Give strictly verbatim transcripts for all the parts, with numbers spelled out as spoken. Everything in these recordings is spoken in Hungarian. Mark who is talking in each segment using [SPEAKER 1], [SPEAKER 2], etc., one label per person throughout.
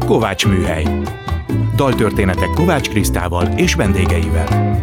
[SPEAKER 1] Kovács Műhely. Daltörténetek Kovács Krisztával és vendégeivel.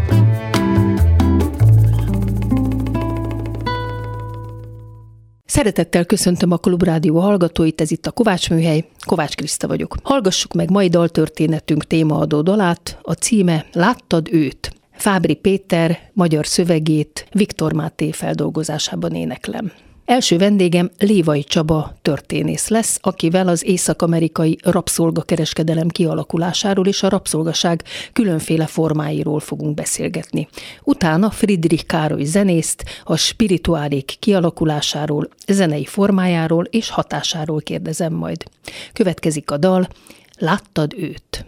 [SPEAKER 2] Szeretettel köszöntöm a Klubrádió hallgatóit, ez itt a Kovács Műhely, Kovács Kriszta vagyok. Hallgassuk meg mai daltörténetünk témaadó dalát, a címe Láttad őt? Fábry Péter magyar szövegét Viktor Máté feldolgozásában éneklem. Első vendégem Lévai Csaba történész lesz, akivel az észak-amerikai rabszolgakereskedelem kialakulásáról és a rabszolgaság különféle formáiról fogunk beszélgetni. Utána Friedrich Károly zenészt a spirituálék kialakulásáról, zenei formájáról és hatásáról kérdezem majd. Következik a dal Láttad őt?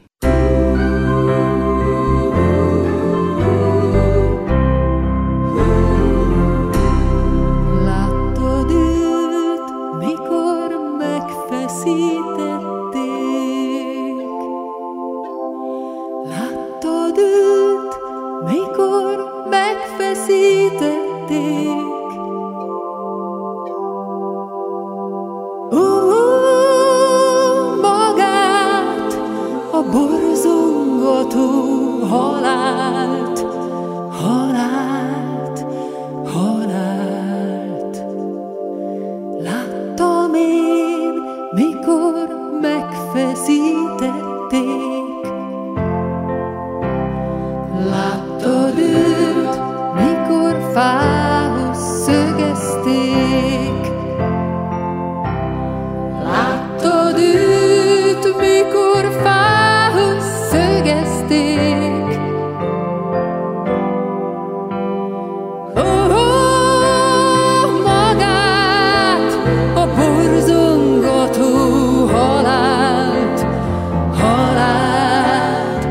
[SPEAKER 3] Láttad őt, mikor megfeszítették? Ó, magát, a borzongató halált, halált, halált. Láttam én, mikor megfeszítették. Láttad őt, mikor fához szögezték? Láttad őt, mikor fához szögezték? Ó, magát, a borzongató halált, halált,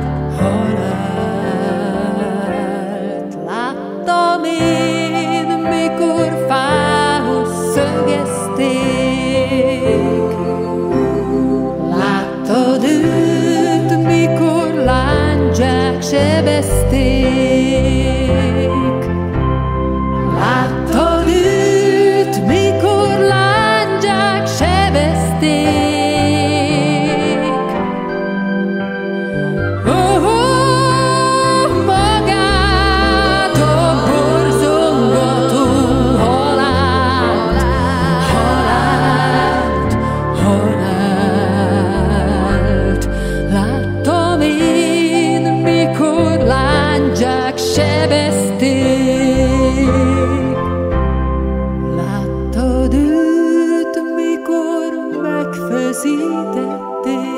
[SPEAKER 3] halált. Láttam én, mikor fához szögezték. Láttad őt, mikor lándzsák sebezték. Láttad őt, mikor lándzsák sebezték. Oh, magát, a borzongató halált, halált, halált. Láttam én, mikor lándzsák sebezték. Láttad őt, mikor megfeszítették.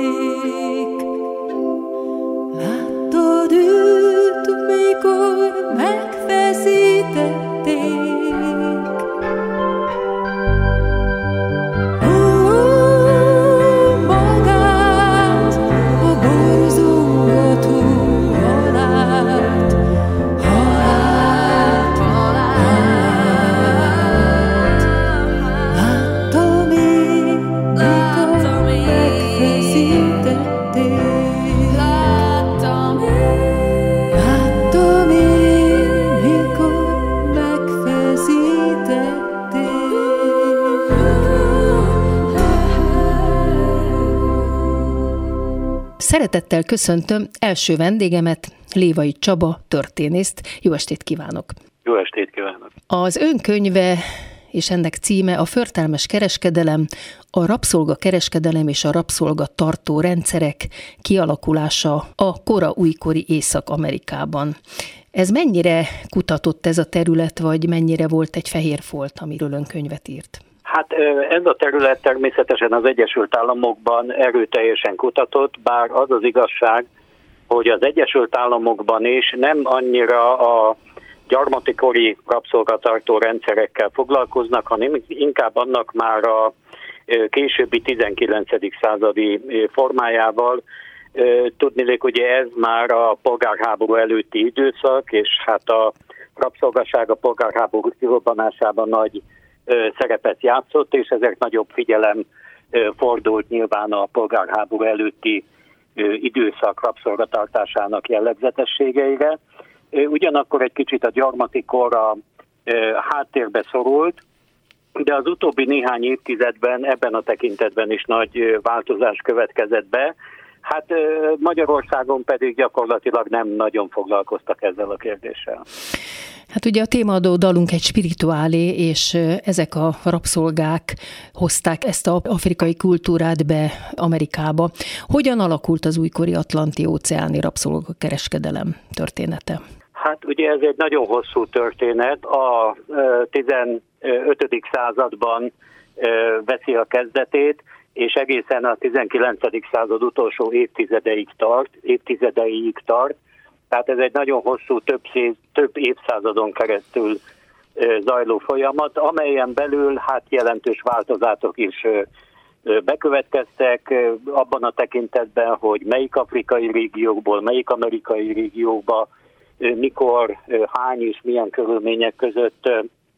[SPEAKER 3] Láttad őt, mikor megfeszítették. Ó, magát, a borzongató halált, halált, halált. Láttam én, mikor megfeszítették. Láttam én, láttam én, mikor megfeszítették.
[SPEAKER 2] Szeretettel köszöntöm első vendégemet, Lévai Csaba történészt. Jó estét kívánok!
[SPEAKER 4] Jó estét kívánok!
[SPEAKER 2] Az ön könyve és ennek címe a Förtelmes kereskedelem, a rabszolgakereskedelem és a rabszolgatartó rendszerek kialakulása a kora újkori Észak-Amerikában. Ez mennyire kutatott ez a terület, vagy mennyire volt egy fehér folt, amiről ön könyvet írt?
[SPEAKER 4] Hát ez a terület természetesen az Egyesült Államokban erőteljesen kutatott, bár az az igazság, hogy az Egyesült Államokban is nem annyira a gyarmatikori rabszolgatartó rendszerekkel foglalkoznak, hanem inkább annak már a későbbi tizenkilencedik századi formájával. Tudniillik, ugye ez már a polgárháború előtti időszak, és hát a rabszolgaság a polgárháború kirobbanásában nagy szerepet játszott, és ezért nagyobb figyelem fordult nyilván a polgárháború előtti időszak rabszolgatartásának jellegzetességeire. Ugyanakkor egy kicsit a gyarmati kor a háttérbe szorult, de az utóbbi néhány évtizedben ebben a tekintetben is nagy változás következett be. Hát Magyarországon pedig gyakorlatilag nem nagyon foglalkoztak ezzel a kérdéssel.
[SPEAKER 2] Hát ugye a témaadó dalunk egy spirituálé, és ezek a rabszolgák hozták ezt az afrikai kultúrát be Amerikába. Hogyan alakult az újkori atlanti-óceáni rabszolgakereskedelem története?
[SPEAKER 4] Hát ugye ez egy nagyon hosszú történet. A tizenötödik században veszi a kezdetét, és egészen a tizenkilencedik század utolsó évtizedeig tart, évtizedeig tart. Tehát ez egy nagyon hosszú, több, széz, több évszázadon keresztül zajló folyamat, amelyen belül hát jelentős változatok is bekövetkeztek abban a tekintetben, hogy melyik afrikai régiókból, melyik amerikai régiókba, mikor, hány és milyen körülmények között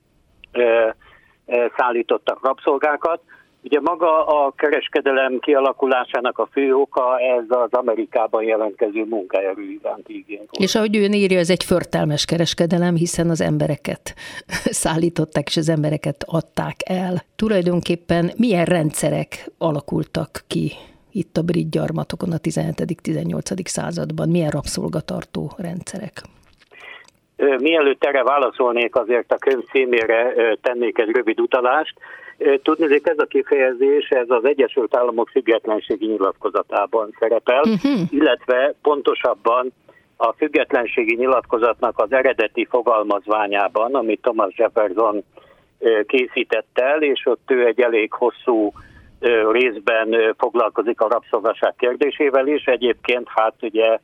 [SPEAKER 4] szállítottak rabszolgákat. Ugye maga a kereskedelem kialakulásának a fő oka ez az Amerikában jelentkező munkaerő iránti igény volt.
[SPEAKER 2] És ahogy ön írja, ez egy förtelmes kereskedelem, hiszen az embereket szállították, és az embereket adták el. Tulajdonképpen milyen rendszerek alakultak ki itt a brit gyarmatokon a tizenhetedik-tizennyolcadik században? Milyen rabszolgatartó rendszerek?
[SPEAKER 4] Mielőtt erre válaszolnék, azért a könyv címére tennék egy rövid utalást. Tudnék, ez a kifejezés, ez az Egyesült Államok függetlenségi nyilatkozatában szerepel, uh-huh. illetve pontosabban a függetlenségi nyilatkozatnak az eredeti fogalmazványában, amit Thomas Jefferson készített el, és ott ő egy elég hosszú részben foglalkozik a rabszolgaság kérdésével is. Egyébként hát ugye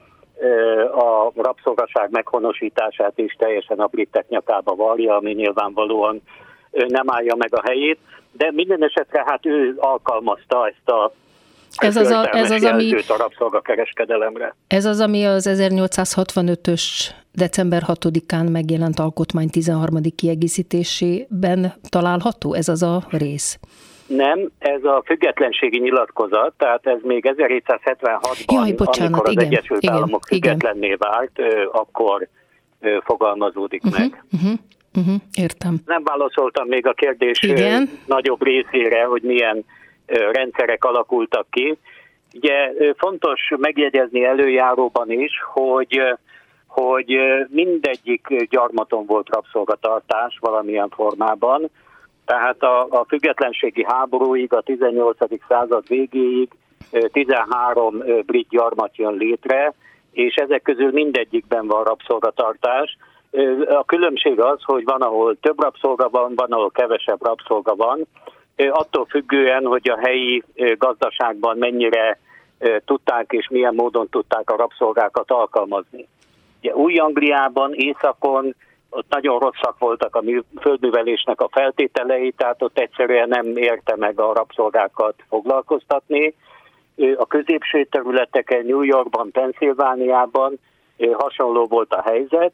[SPEAKER 4] a rabszolgaság meghonosítását is teljesen a britek nyakába varja, ami nyilvánvalóan nem állja meg a helyét, de minden esetre hát ő alkalmazta ezt a
[SPEAKER 2] ez az, a, ez az ami,
[SPEAKER 4] a rabszolgakereskedelemre.
[SPEAKER 2] Ez az, ami az ezernyolcszázhatvanötös december hatodikán megjelent alkotmány tizenharmadik kiegészítésében található? Ez az a rész?
[SPEAKER 4] Nem, ez a függetlenségi nyilatkozat, tehát ez még ezerhétszázhetvenhatban,
[SPEAKER 2] Jaj, bocsánat,
[SPEAKER 4] amikor az
[SPEAKER 2] igen,
[SPEAKER 4] Egyesült
[SPEAKER 2] igen,
[SPEAKER 4] Államok függetlenné
[SPEAKER 2] igen.
[SPEAKER 4] vált, akkor fogalmazódik uh-huh, meg.
[SPEAKER 2] Uh-huh, uh-huh, értem.
[SPEAKER 4] Nem válaszoltam még a kérdés igen. nagyobb részére, hogy milyen rendszerek alakultak ki. Ugye fontos megjegyezni előjáróban is, hogy, hogy mindegyik gyarmaton volt rabszolgatartás valamilyen formában. Tehát a, a függetlenségi háborúig, a tizennyolcadik század végéig tizenhárom brit gyarmat jön létre, és ezek közül mindegyikben van rabszolgatartás. A különbség az, hogy van, ahol több rabszolga van, van, ahol kevesebb rabszolga van. Attól függően, hogy a helyi gazdaságban mennyire tudták és milyen módon tudták a rabszolgákat alkalmazni. Ugye Új-Angliában, északon ott nagyon rosszak voltak a földművelésnek a feltételei, tehát ott egyszerűen nem érte meg a rabszolgákat foglalkoztatni. A középső területeken, New Yorkban, Pennsylvániában hasonló volt a helyzet,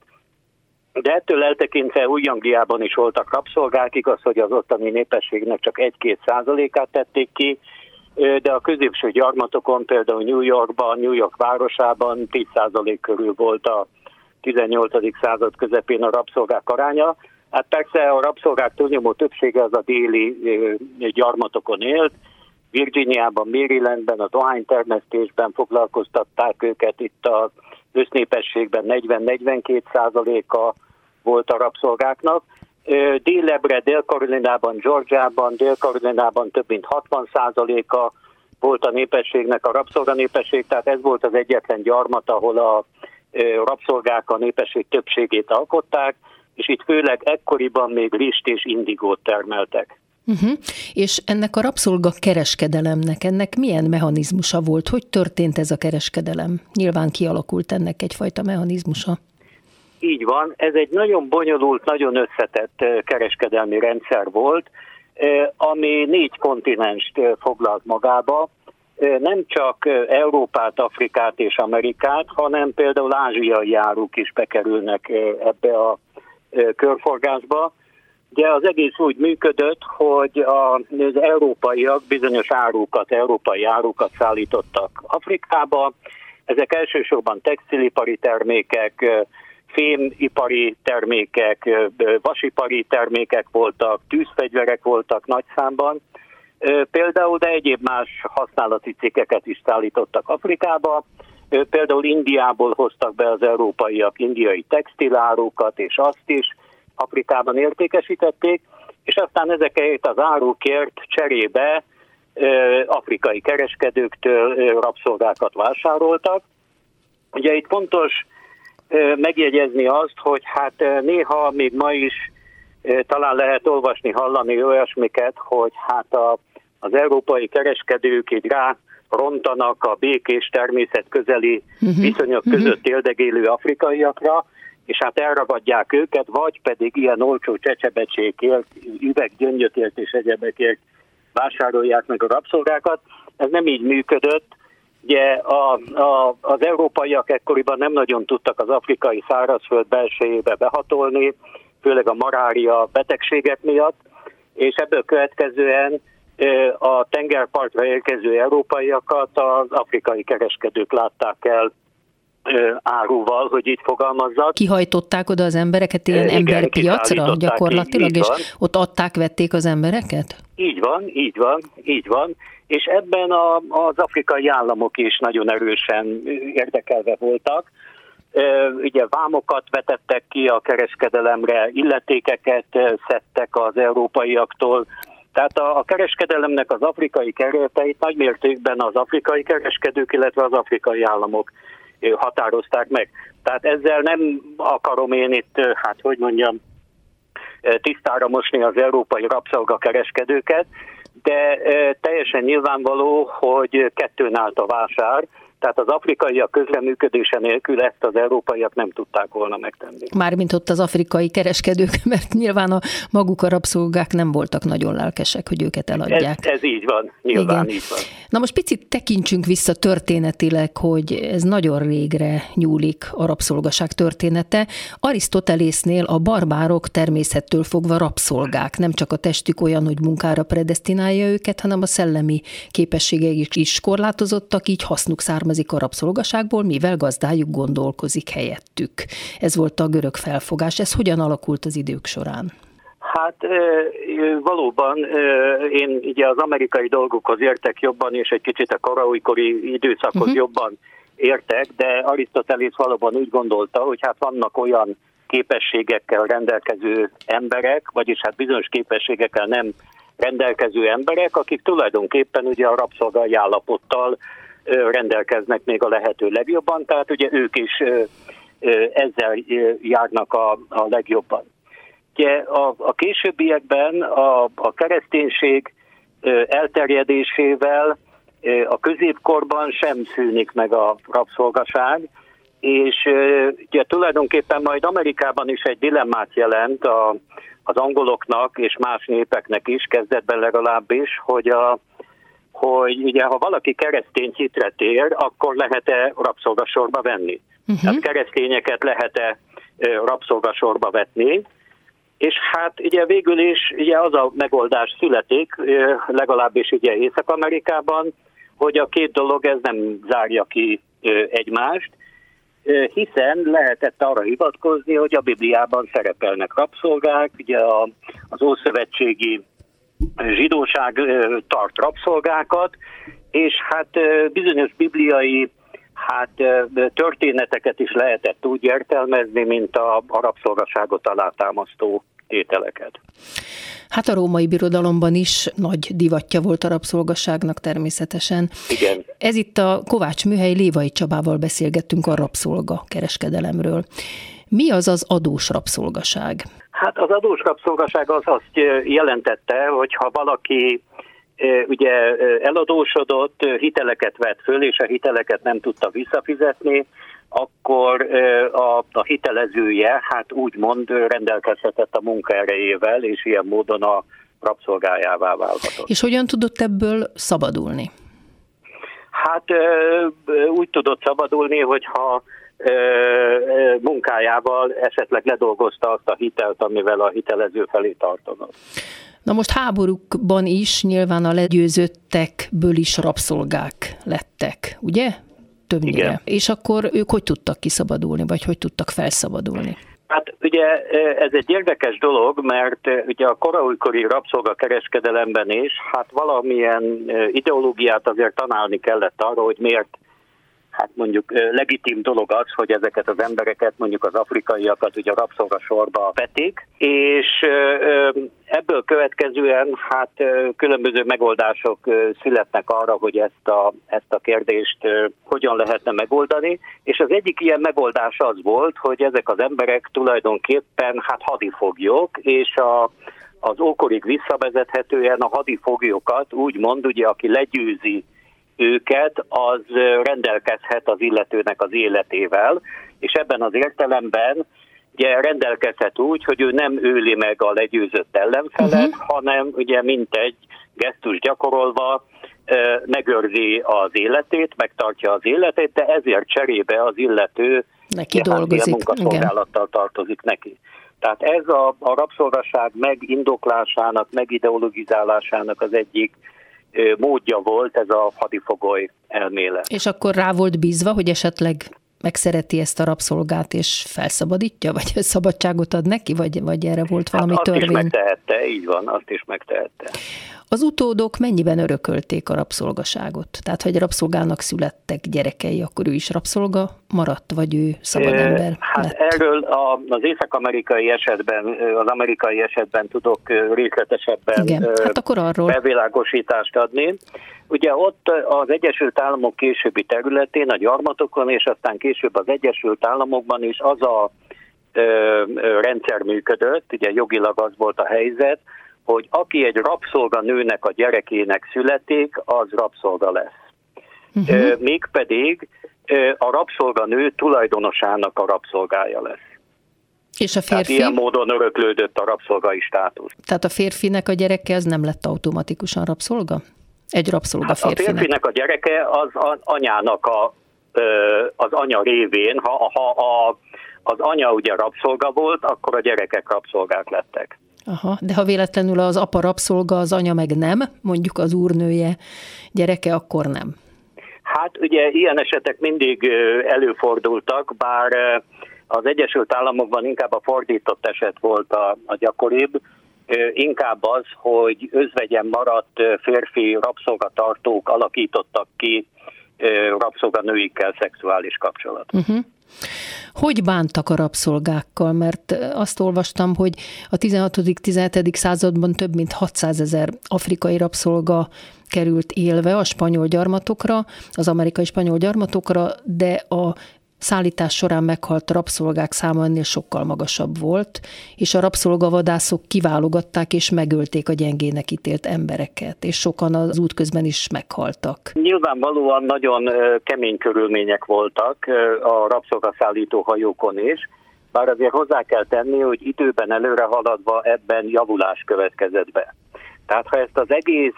[SPEAKER 4] de ettől eltekintve Új-Angliában is voltak rabszolgák, igaz, hogy az ottani népességnek csak egy-két százalékát tették ki, de a középső gyarmatokon, például New Yorkban, New York városában tíz százalék körül volt a tizennyolcadik század közepén a rabszolgák aránya. Hát persze a rabszolgák túlnyomó többsége az a déli gyarmatokon élt. Virginiában, Marylandben, a dohánytermesztésben foglalkoztatták őket, itt az össznépességben negyven-negyvenkét százaléka volt a rabszolgáknak. Délebbre, Dél-Karolinában, Georgiában, Dél-Karolinában több mint hatvan százaléka volt a népességnek a rabszolganépesség, tehát ez volt az egyetlen gyarmat, ahol a rabszolgák a népesség többségét alkották, és itt főleg ekkoriban még rist és indigót termeltek.
[SPEAKER 2] Uh-huh. És ennek a rabszolga kereskedelemnek, ennek milyen mechanizmusa volt? Hogy történt ez a kereskedelem? Nyilván kialakult ennek egyfajta mechanizmusa.
[SPEAKER 4] Így van, ez egy nagyon bonyolult, nagyon összetett kereskedelmi rendszer volt, ami négy kontinenst foglalt magába, nem csak Európát, Afrikát és Amerikát, hanem például ázsiai áruk is bekerülnek ebbe a körforgásba. Ugye az egész úgy működött, hogy az európaiak bizonyos árukat, európai árukat szállítottak Afrikába. Ezek elsősorban textilipari termékek, fémipari termékek, vasipari termékek voltak, tűzfegyverek voltak nagy számban, például, de egyéb más használati cikkeket is szállítottak Afrikába. Például Indiából hoztak be az európaiak indiai textilárukat, és azt is Afrikában értékesítették, és aztán ezeket az árukért cserébe afrikai kereskedőktől rabszolgákat vásároltak. Ugye itt fontos megjegyezni azt, hogy hát néha még ma is talán lehet olvasni, hallani olyasmiket, hogy hát a, az európai kereskedők így rá rontanak a békés természet közeli uh-huh. viszonyok között éldegélő afrikaiakra, és hát elragadják őket, vagy pedig ilyen olcsó csecsebecsékért, üveggyöngyökért és egyebekért vásárolják meg a rabszolgákat. Ez nem így működött. Ugye a, a, az európaiak ekkoriban nem nagyon tudtak az afrikai szárazföld belsejébe behatolni, főleg a malária betegségek miatt, és ebből következően a tengerpartra érkező európaiakat az afrikai kereskedők látták el áruval, hogy így fogalmazzak.
[SPEAKER 2] Kihajtották oda az embereket ilyen
[SPEAKER 4] Igen,
[SPEAKER 2] emberpiacra gyakorlatilag,
[SPEAKER 4] így, így
[SPEAKER 2] és
[SPEAKER 4] van.
[SPEAKER 2] ott adták, vették az embereket?
[SPEAKER 4] Így van, így van, így van. És ebben a, az afrikai államok is nagyon erősen érdekelve voltak. Ugye vámokat vetettek ki a kereskedelemre, illetékeket szedtek az európaiaktól. Tehát a, a kereskedelemnek az afrikai kerületeit nagy mértékben az afrikai kereskedők, illetve az afrikai államok határozták meg. Tehát ezzel nem akarom én itt, hát hogy mondjam, tisztára mosni az európai rabszolgakereskedőket, de teljesen nyilvánvaló, hogy kettőn állt a vásár, tehát az afrikaiak közreműködése nélkül ezt az európaiak nem tudták volna megtenni.
[SPEAKER 2] Mármint ott az afrikai kereskedők, mert nyilván a maguk a rabszolgák nem voltak nagyon lelkesek, hogy őket eladják.
[SPEAKER 4] Ez, ez így van, nyilván
[SPEAKER 2] Igen.
[SPEAKER 4] így van.
[SPEAKER 2] Na most picit tekintsünk vissza történetileg, hogy ez nagyon régre nyúlik a rabszolgaság története. Arisztotelésznél a barbárok természettől fogva rabszolgák. Nem csak a testük olyan, hogy munkára predesztinálja őket, hanem a szellemi képességeik is korlátozottak, így hasznuk származik a rabszolgaságból, mivel gazdájuk gondolkozik helyettük. Ez volt a görög felfogás. Ez hogyan alakult az idők során?
[SPEAKER 4] Hát valóban én ugye az amerikai dolgokhoz értek jobban, és egy kicsit a koraújkori időszakhoz uh-huh. jobban értek, de Arisztotelész valóban úgy gondolta, hogy hát vannak olyan képességekkel rendelkező emberek, vagyis hát bizonyos képességekkel nem rendelkező emberek, akik tulajdonképpen ugye a rabszolgai állapottal rendelkeznek még a lehető legjobban, tehát ugye ők is ezzel járnak a, a legjobban. Ugye a, a későbbiekben a, a kereszténység elterjedésével a középkorban sem szűnik meg a rabszolgaság, és ugye tulajdonképpen majd Amerikában is egy dilemmát jelent a, az angoloknak és más népeknek is, kezdetben legalábbis, hogy a hogy ugye, ha valaki keresztény hitre tér, akkor lehet-e rabszolgasorba venni? Uh-huh. Tehát keresztényeket lehet-e rabszolgasorba vetni? És hát ugye végül is ugye az a megoldás születik, legalábbis ugye Észak-Amerikában, hogy a két dolog ez nem zárja ki egymást, hiszen lehetett arra hivatkozni, hogy a Bibliában szerepelnek rabszolgák, ugye az ószövetségi zsidóság tart rabszolgákat, és hát bizonyos bibliai hát, történeteket is lehetett úgy értelmezni, mint a, a rabszolgaságot alátámasztó tételeket.
[SPEAKER 2] Hát a római birodalomban is nagy divatja volt a rabszolgaságnak természetesen.
[SPEAKER 4] Igen.
[SPEAKER 2] Ez itt a Kovács Műhely Lévai Csabával beszélgettünk a rabszolga kereskedelemről. Mi az az adós rabszolgaság?
[SPEAKER 4] Hát az adós rabszolgaság az azt jelentette, hogy ha valaki ugye eladósodott, hiteleket vett föl, és a hiteleket nem tudta visszafizetni, akkor a, a hitelezője hát úgymond rendelkezhetett a munkaerejével, és ilyen módon a rabszolgájává válhatott.
[SPEAKER 2] És hogyan tudott ebből szabadulni?
[SPEAKER 4] Hát úgy tudott szabadulni, hogyha munkájával esetleg ledolgozta azt a hitelt, amivel a hitelező felé tartozott.
[SPEAKER 2] Na most háborúkban is nyilván a legyőzöttekből is rabszolgák lettek, ugye? többnyire.
[SPEAKER 4] Igen.
[SPEAKER 2] És akkor ők hogy tudtak kiszabadulni, vagy hogy tudtak felszabadulni?
[SPEAKER 4] Hát ugye ez egy érdekes dolog, mert ugye a koraújkori rabszolgakereskedelemben is hát valamilyen ideológiát azért tanálni kellett arra, hogy miért hát mondjuk legitim dolog az, hogy ezeket az embereket, mondjuk az afrikaiakat ugye a rabszolgasorba vetik, és ebből következően hát különböző megoldások születnek arra, hogy ezt a, ezt a kérdést hogyan lehetne megoldani, és az egyik ilyen megoldás az volt, hogy ezek az emberek tulajdonképpen hát hadifoglyok, és a, az ókorig visszavezethetően a hadifoglyokat úgymond ugye, aki legyőzi őket, az rendelkezhet az illetőnek az életével, és ebben az értelemben ugye rendelkezhet úgy, hogy ő nem öli meg a legyőzött ellenfelet, uh-huh. hanem ugye mintegy gesztus gyakorolva megőrzi az életét, megtartja az életét, de ezért cserébe az illető
[SPEAKER 2] neki dolgozik,
[SPEAKER 4] munkaszolgálattal igen. tartozik neki. Tehát ez a, a rabszolgaság megindoklásának, megideologizálásának az egyik módja volt ez a hadifogoly elmélet.
[SPEAKER 2] És akkor rá volt bízva, hogy esetleg megszereti ezt a rabszolgát és felszabadítja, vagy szabadságot ad neki, vagy, vagy erre volt valami
[SPEAKER 4] hát azt
[SPEAKER 2] törvény?
[SPEAKER 4] Azt is megtehette, így van, azt is megtehette.
[SPEAKER 2] Az utódok mennyiben örökölték a rabszolgaságot? Tehát, hogy rabszolgának születtek gyerekei, akkor ő is rabszolga maradt, vagy ő szabad ember
[SPEAKER 4] hát
[SPEAKER 2] lett?
[SPEAKER 4] Erről a, az észak-amerikai esetben, az amerikai esetben tudok részletesebben
[SPEAKER 2] igen, hát akkor arról
[SPEAKER 4] bevilágosítást adni. Ugye ott az Egyesült Államok későbbi területén, a gyarmatokon, és aztán később az Egyesült Államokban is az a ö, ö, rendszer működött, ugye jogilag az volt a helyzet, hogy aki egy rabszolganőnek a gyerekének születik, az rabszolga lesz. Uh-huh. Mégpedig a rabszolganő tulajdonosának a rabszolgája lesz.
[SPEAKER 2] És a férfi?
[SPEAKER 4] Tehát ilyen módon öröklődött a rabszolgai státusz.
[SPEAKER 2] Tehát a férfinek a gyereke az nem lett automatikusan rabszolga? Egy rabszolga hát férfinek.
[SPEAKER 4] A férfinek a gyereke az a anyának a, az anya révén, ha, ha a, az anya ugye rabszolga volt, akkor a gyerekek rabszolgák lettek.
[SPEAKER 2] Aha, de ha véletlenül az apa rabszolga, az anya meg nem, mondjuk az úrnője gyereke, akkor nem.
[SPEAKER 4] Hát ugye ilyen esetek mindig előfordultak, bár az Egyesült Államokban inkább a fordított eset volt a, a gyakoribb, inkább az, hogy özvegyen maradt férfi rabszolgatartók alakítottak ki rabszolganőikkel szexuális kapcsolatot. Uh-huh.
[SPEAKER 2] Hogy bántak a rabszolgákkal? Mert azt olvastam, hogy a tizenhatodik-tizenhetedik században több mint hatszázezer afrikai rabszolga került élve a spanyol gyarmatokra, az amerikai spanyol gyarmatokra, de a szállítás során meghalt rabszolgák száma ennél sokkal magasabb volt, és a rabszolgavadászok kiválogatták és megölték a gyengének ítélt embereket, és sokan az útközben is meghaltak.
[SPEAKER 4] Nyilvánvalóan nagyon kemény körülmények voltak a rabszolgaszállító hajókon is, bár azért hozzá kell tenni, hogy időben előre haladva ebben javulás következett be. Tehát ha ezt az egész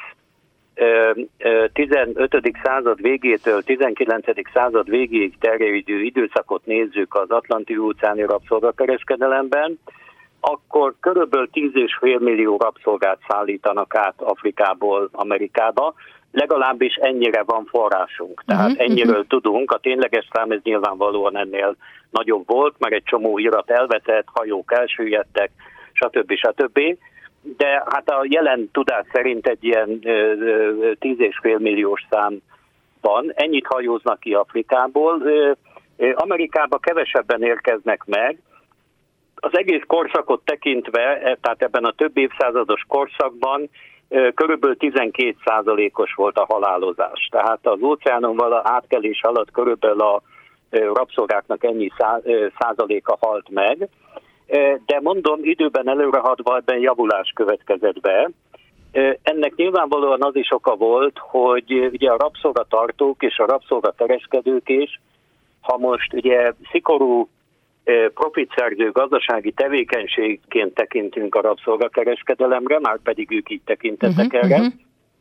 [SPEAKER 4] tizenötödik század végétől tizenkilencedik század végéig terjedő időszakot nézzük az Atlanti-óceáni rabszolgakereskedelemben, akkor körülbelül tíz és fél millió rabszolgát szállítanak át Afrikából Amerikába, legalábbis ennyire van forrásunk. Tehát ennyiről tudunk, a tényleges szám ez nyilvánvalóan ennél nagyobb volt, mert egy csomó irat elvetett, hajók elsüllyedtek, stb. stb. De hát a jelen tudás szerint egy ilyen tíz és fél milliós szám van. Ennyit hajóznak ki Afrikából. Amerikába kevesebben érkeznek meg. Az egész korszakot tekintve, tehát ebben a több évszázados korszakban körülbelül tizenkét százalékos volt a halálozás. Tehát az óceánon való átkelés alatt körülbelül a rabszolgáknak ennyi százaléka halt meg. De mondom, időben előrehaladva ebben javulás következett be. Ennek nyilvánvalóan az is oka volt, hogy ugye a rabszolgatartók és a rabszolgakereskedők is, ha most ugye szigorú profitszerző gazdasági tevékenységként tekintünk a rabszolgakereskedelemre, már pedig ők így tekintettek uh-huh, erre, uh-huh.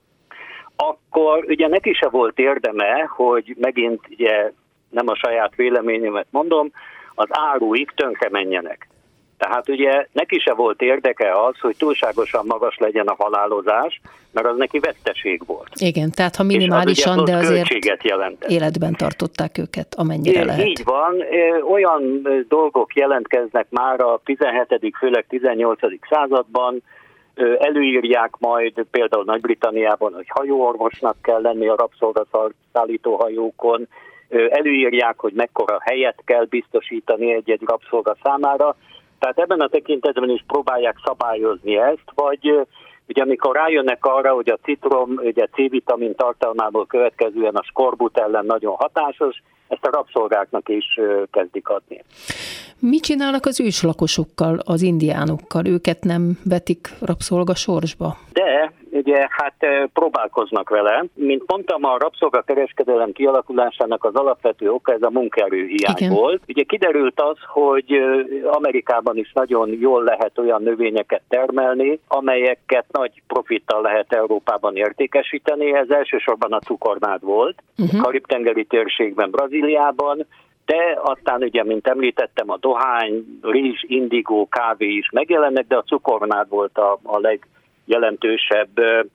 [SPEAKER 4] akkor ugye neki se volt érdeme, hogy megint ugye nem a saját véleményemet mondom, az áruik tönkre menjenek. Tehát ugye neki se volt érdeke az, hogy túlságosan magas legyen a halálozás, mert az neki veszteség volt.
[SPEAKER 2] Igen, tehát ha minimálisan,
[SPEAKER 4] az
[SPEAKER 2] de azért
[SPEAKER 4] jelentett.
[SPEAKER 2] Életben tartották őket, amennyire
[SPEAKER 4] é,
[SPEAKER 2] lehet.
[SPEAKER 4] Így van, olyan dolgok jelentkeznek már a tizenhetedik főleg tizennyolcadik században, előírják majd például Nagy-Britanniában, hogy hajóorvosnak kell lenni a rabszolgaszállító hajókon, előírják, hogy mekkora helyet kell biztosítani egy-egy rabszolga számára. Tehát ebben a tekintetben is próbálják szabályozni ezt, vagy ugye amikor rájönnek arra, hogy a citrom, ugye C-vitamin tartalmából következően a skorbut ellen nagyon hatásos, ezt a rabszolgáknak is kezdik adni.
[SPEAKER 2] Mit csinálnak az őslakosokkal, az indiánokkal? Őket nem vetik rabszolga sorsba?
[SPEAKER 4] De, ugye, hát próbálkoznak vele. Mint mondtam, a rabszolgakereskedelem kialakulásának az alapvető oka ez a munkaerőhiány
[SPEAKER 2] Igen.
[SPEAKER 4] volt. Ugye kiderült az, hogy Amerikában is nagyon jól lehet olyan növényeket termelni, amelyeket nagy profittal lehet Európában értékesíteni. Ez elsősorban a cukornád volt, uh-huh. Karib-tengeri térségben, Brazíliában, de aztán ugye, mint említettem, a dohány, rizs, indigó, kávé is megjelennek, de a cukornád volt a, a legjelentősebb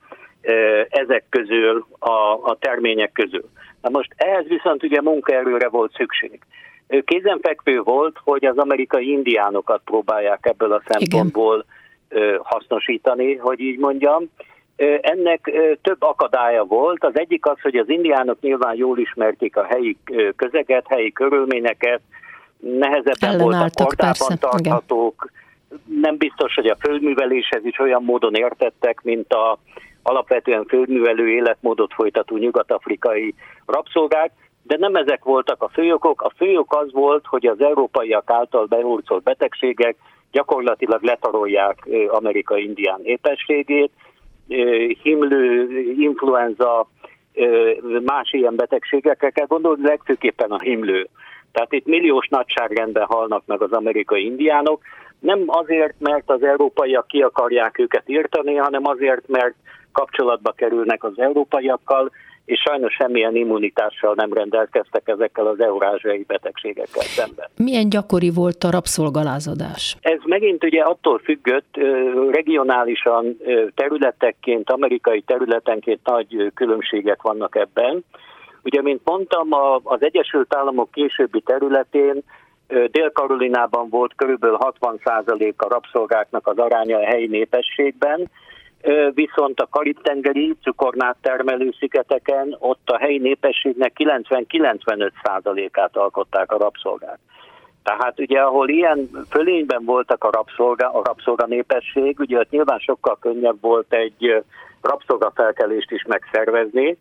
[SPEAKER 4] ezek közül, a, a termények közül. Na most ehhez viszont ugye munkaerőre volt szükség. Kézenfekvő volt, hogy az amerikai indiánokat próbálják ebből a szempontból Igen. hasznosítani, hogy így mondjam. Ennek több akadálya volt. Az egyik az, hogy az indiánok nyilván jól ismerték a helyi közeget, helyi körülményeket, nehezebben voltak kordában tarthatók, nem biztos, hogy a földműveléshez is olyan módon értettek, mint a alapvetően földművelő életmódot folytató nyugat-afrikai rabszolgák, de nem ezek voltak a főokok. A főok az volt, hogy az európaiak által behurcolt betegségek gyakorlatilag letarolják amerikai indián népességét, himlő, influenza, más ilyen betegségekre kell gondolni, legfőképpen a himlő. Tehát itt milliós nagyságrendben halnak meg az amerikai indiánok, nem azért, mert az európaiak ki akarják őket írtani, hanem azért, mert kapcsolatba kerülnek az európaiakkal, és sajnos semmilyen immunitással nem rendelkeztek ezekkel az eurázsiai betegségekkel szemben.
[SPEAKER 2] Milyen gyakori volt a rabszolgalázadás?
[SPEAKER 4] Ez megint ugye attól függött, regionálisan területekként, amerikai területenként nagy különbségek vannak ebben. Ugye, mint mondtam, az Egyesült Államok későbbi területén Dél-Karolinában volt körülbelül hatvan százalék a rabszolgáknak az aránya a helyi népességben, viszont a Karib-tengeri cukornád termelő szigeteken ott a helyi népességnek kilencven-kilencvenöt százalékát alkották a rabszolgák. Tehát ugye, ahol ilyen fölényben voltak a rabszolga, a rabszolga népesség, ugye ott nyilván sokkal könnyebb volt egy rabszolgafelkelést is megszervezni,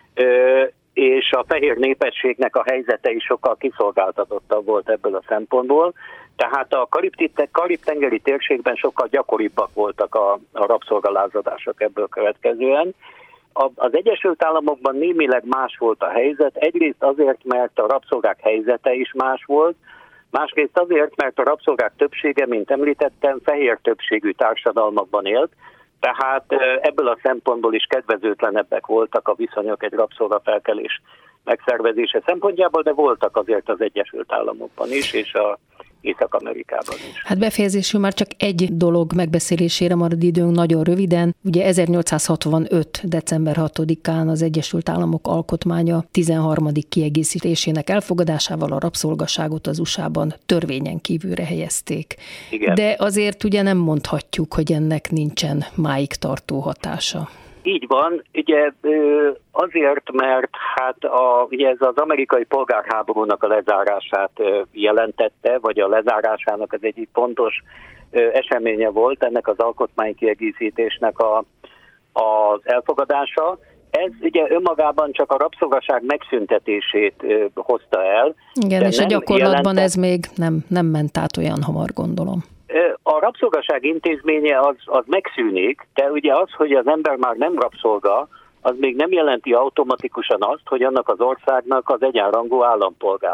[SPEAKER 4] és a fehér népességnek a helyzete is sokkal kiszolgáltatottabb volt ebből a szempontból. Tehát a Karib-tengeri térségben sokkal gyakoribbak voltak a, a rabszolgalázadások ebből következően. A, az Egyesült Államokban némileg más volt a helyzet, egyrészt azért, mert a rabszolgák helyzete is más volt, másrészt azért, mert a rabszolgák többsége, mint említettem, fehér többségű társadalmakban élt, tehát ebből a szempontból is kedvezőtlenebbek voltak a viszonyok egy rabszolgafelkelés megszervezése szempontjából, de voltak azért az Egyesült Államokban is, és a Észak-Amerikában is.
[SPEAKER 2] Hát befejezésül már csak egy dolog megbeszélésére marad időnk nagyon röviden. Ugye ezernyolcszázhatvanöt. december hatodikán az Egyesült Államok alkotmánya tizenharmadik kiegészítésének elfogadásával a rabszolgaságot az u es á-ban törvényen kívülre helyezték.
[SPEAKER 4] Igen.
[SPEAKER 2] De azért ugye nem mondhatjuk, hogy ennek nincsen máig tartó hatása.
[SPEAKER 4] Így van, ugye azért, mert hát a, ugye ez az amerikai polgárháborúnak a lezárását jelentette, vagy a lezárásának az egyik pontos eseménye volt ennek az alkotmánykiegészítésnek a, az elfogadása. Ez ugye önmagában csak a rabszolgaság megszüntetését hozta el.
[SPEAKER 2] Igen, és a gyakorlatban
[SPEAKER 4] jelentett...
[SPEAKER 2] ez még nem, nem ment át olyan hamar, gondolom.
[SPEAKER 4] A rabszolgaság intézménye az, az megszűnik, de ugye az, hogy az ember már nem rabszolga, az még nem jelenti automatikusan azt, hogy annak az országnak az egyenrangú állampolgára.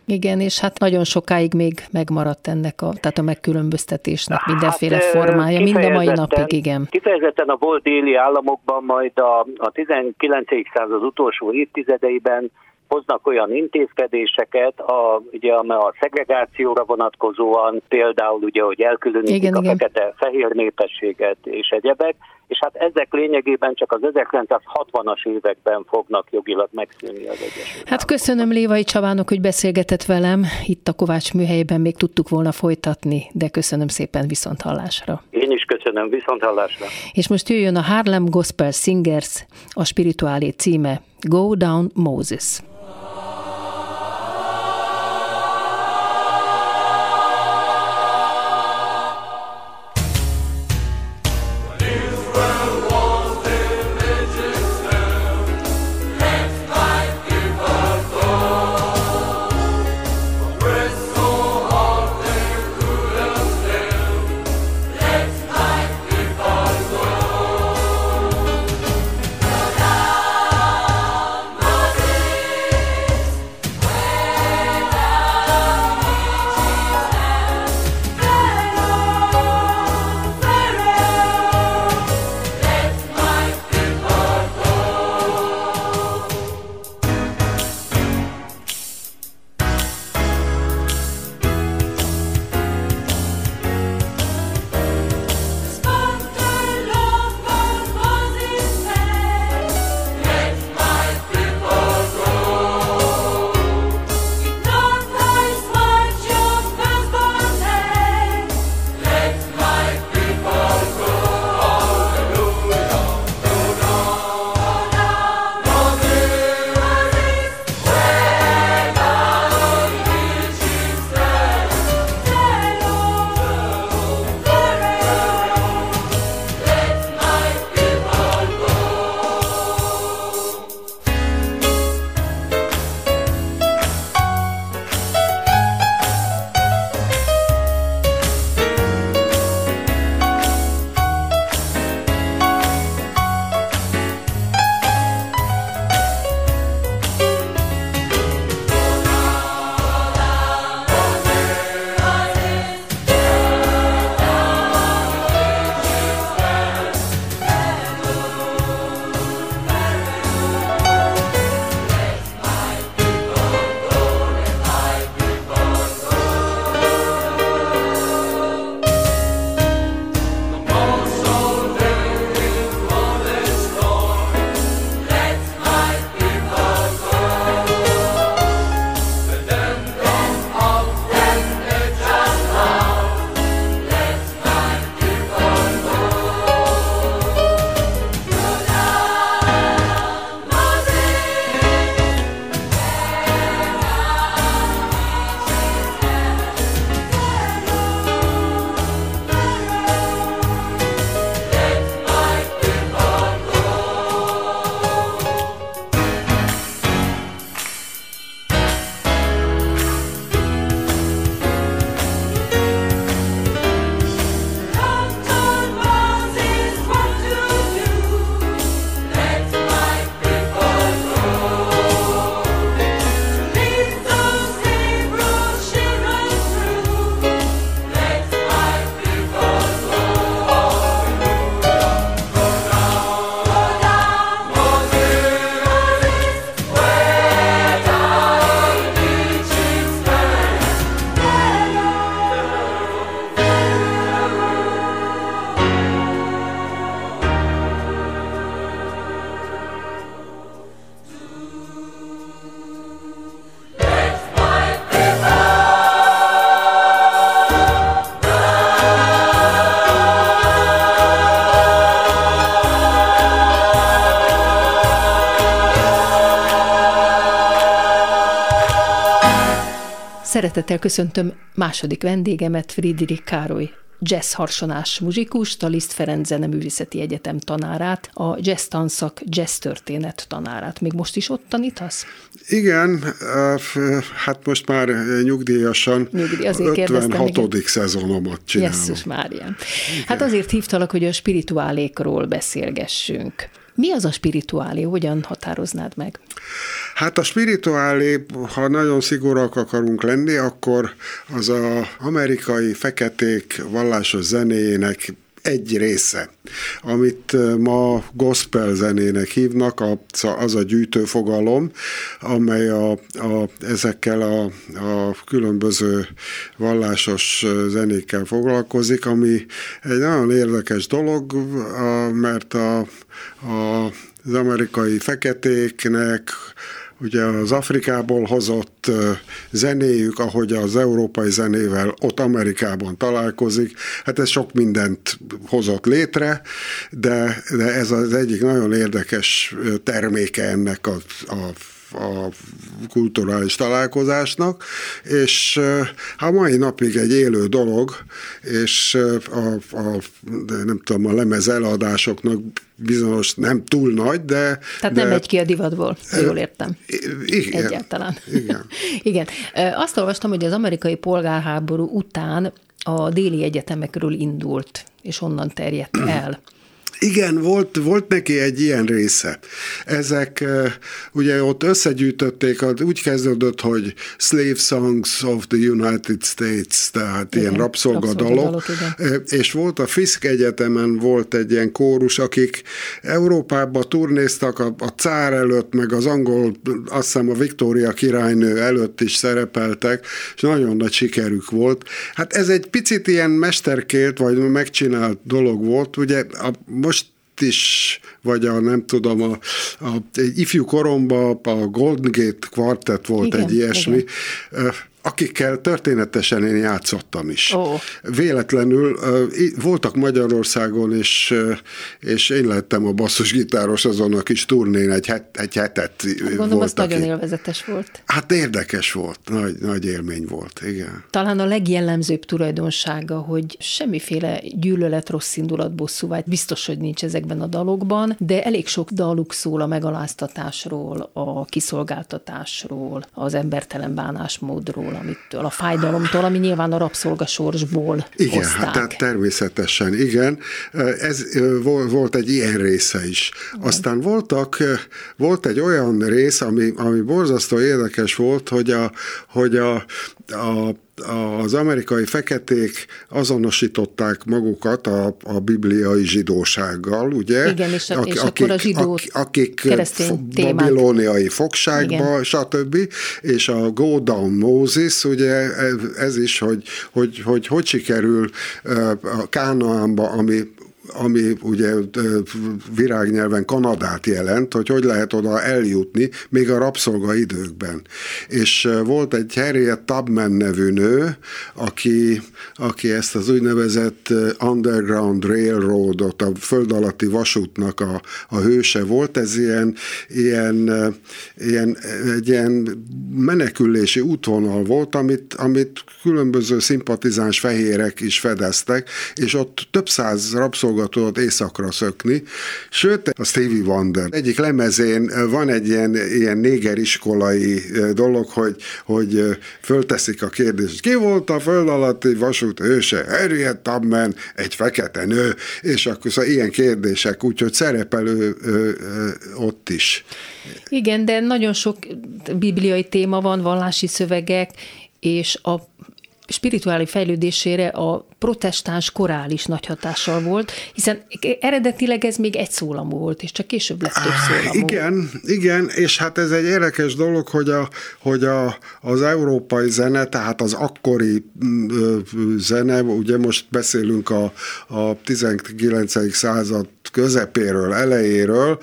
[SPEAKER 2] Igen, és hát nagyon sokáig még megmaradt ennek a, tehát a megkülönböztetésnek mindenféle
[SPEAKER 4] hát,
[SPEAKER 2] formája, mind a mai napig, igen.
[SPEAKER 4] Kifejezetten a volt déli államokban majd a, a tizenkilencedik század utolsó évtizedeiben hoznak olyan intézkedéseket, a, ugye, a szegregációra vonatkozóan, például ugye, hogy elkülönítik igen, a igen. fekete-fehér népességet és egyebek, és hát ezek lényegében csak az ezerkilencszázhatvanas években fognak jogilag megszűnni az Egyesült
[SPEAKER 2] Hát köszönöm Lévai Csabának, hogy beszélgetett velem. Itt a Kovács műhelyben még tudtuk volna folytatni, de köszönöm szépen, viszonthallásra.
[SPEAKER 4] Én is köszönöm, viszonthallásra.
[SPEAKER 2] És most jöjjön a Harlem Gospel Singers, a spirituálé címe Go Down Moses. Szeretettel köszöntöm második vendégemet, Friedrich Károly jazz harsonás muzsikust, a Liszt Ferenc Zeneművészeti Egyetem tanárát, a jazz tanszak jazz történet tanárát. Még most is ott tanítasz?
[SPEAKER 5] Igen, hát most már nyugdíjasan
[SPEAKER 2] Nyugdíj, azért
[SPEAKER 5] ötvenhatodik szezonomat csinálom.
[SPEAKER 2] Jesszus Márián. Hát azért hívtalak, hogy a spirituálékról beszélgessünk. Mi az a spirituálé? Hogyan határoznád meg?
[SPEAKER 5] Hát a spirituálé, ha nagyon szigorúak akarunk lenni, akkor az az amerikai feketék vallásos zenéjének egy része, amit ma gospel zenének hívnak, az a gyűjtőfogalom, amely a, a, ezekkel a, a különböző vallásos zenékkel foglalkozik, ami egy nagyon érdekes dolog, mert a, a, az amerikai feketéknek ugye az Afrikából hozott zenéjük, ahogy az európai zenével ott Amerikában találkozik, hát ez sok mindent hozott létre, de, de ez az egyik nagyon érdekes terméke ennek a, a a kulturális találkozásnak, és a mai napig egy élő dolog, és a, a, nem tudom, a lemez eladásoknak bizonyos nem túl nagy, de...
[SPEAKER 2] Tehát
[SPEAKER 5] de,
[SPEAKER 2] nem megy ki a divatból, jól értem.
[SPEAKER 5] Igen.
[SPEAKER 2] Egyáltalán.
[SPEAKER 5] Igen.
[SPEAKER 2] Igen. Azt olvastam, hogy az amerikai polgárháború után a déli egyetemekről indult, és onnan terjedt el.
[SPEAKER 5] Igen, volt, volt neki egy ilyen része. Ezek ugye ott összegyűjtötték, úgy kezdődött, hogy Slave Songs of the United States, tehát igen, ilyen rabszolgadalok, és volt a Fisk Egyetemen volt egy ilyen kórus, akik Európába turnéztak a, a cár előtt, meg az angol, azt hiszem a Viktória királynő előtt is szerepeltek, és nagyon nagy sikerük volt. Hát ez egy picit ilyen mesterkélt, vagy megcsinált dolog volt, ugye a, most is, vagy a nem tudom, a, a egy ifjú koromban a Golden Gate Quartet volt, igen, egy ilyesmi, igen, akikkel történetesen én játszottam is. Oh. Véletlenül voltak Magyarországon, és, és én lettem a basszusgitáros azon a kis turnén, egy, het, egy hetet
[SPEAKER 2] Gondolom, az nagyon élvezetes volt.
[SPEAKER 5] Hát érdekes volt, nagy, nagy élmény volt, igen.
[SPEAKER 2] Talán a legjellemzőbb tulajdonsága, hogy semmiféle gyűlölet, rossz indulat, bosszúvágy biztos, hogy nincs ezekben a dalokban, de elég sok daluk szól a megaláztatásról, a kiszolgáltatásról, az embertelen bánásmódról, amitől, a fájdalomtól, ami nyilván a rabszolgasorsból
[SPEAKER 5] igen,
[SPEAKER 2] hozták.
[SPEAKER 5] Hát, tehát természetesen, igen. Ez volt egy ilyen része is. Igen. Aztán voltak, volt egy olyan rész, ami, ami borzasztó érdekes volt, hogy, a, hogy a, a az amerikai feketék azonosították magukat a, a bibliai zsidósággal, ugye?
[SPEAKER 2] Igen, és,
[SPEAKER 5] Ak,
[SPEAKER 2] és
[SPEAKER 5] akik,
[SPEAKER 2] akkor a zsidó
[SPEAKER 5] akik babilóniai fogságba, igen, stb. És a Go Down Moses, ugye ez is, hogy hogy, hogy, hogy sikerül a Kánaánba, ami ami ugye virágnyelven Kanadát jelent, hogy hogy lehet oda eljutni, még a rabszolga időkben. És volt egy Harriet Tubman nevű nő, aki, aki ezt az úgynevezett Underground Railroadot, a föld alatti vasútnak a, a hőse volt. Ez ilyen, ilyen, ilyen, egy ilyen menekülési útvonal volt, amit, amit különböző szimpatizáns fehérek is fedeztek, és ott több száz rabszolga tudott északra szökni. Sőt, a Stevie Wonder egyik lemezén van egy ilyen, ilyen négeriskolai dolog, hogy, hogy fölteszik a kérdést, ki volt a föld alatti vasút őse? Harriet Tubman, egy fekete nő, és akkor szóval ilyen kérdések, úgyhogy szerepelő ott is.
[SPEAKER 2] Igen, de nagyon sok bibliai téma van, vallási szövegek, és a spirituális fejlődésére a protestáns korál is nagy hatással volt, hiszen eredetileg ez még egy szólamú volt, és csak később lett több szólamú.
[SPEAKER 5] Igen, igen, és hát ez egy érdekes dolog, hogy, a, hogy a, az európai zene, tehát az akkori zene, ugye most beszélünk a, a tizenkilencedik század közepéről, elejéről,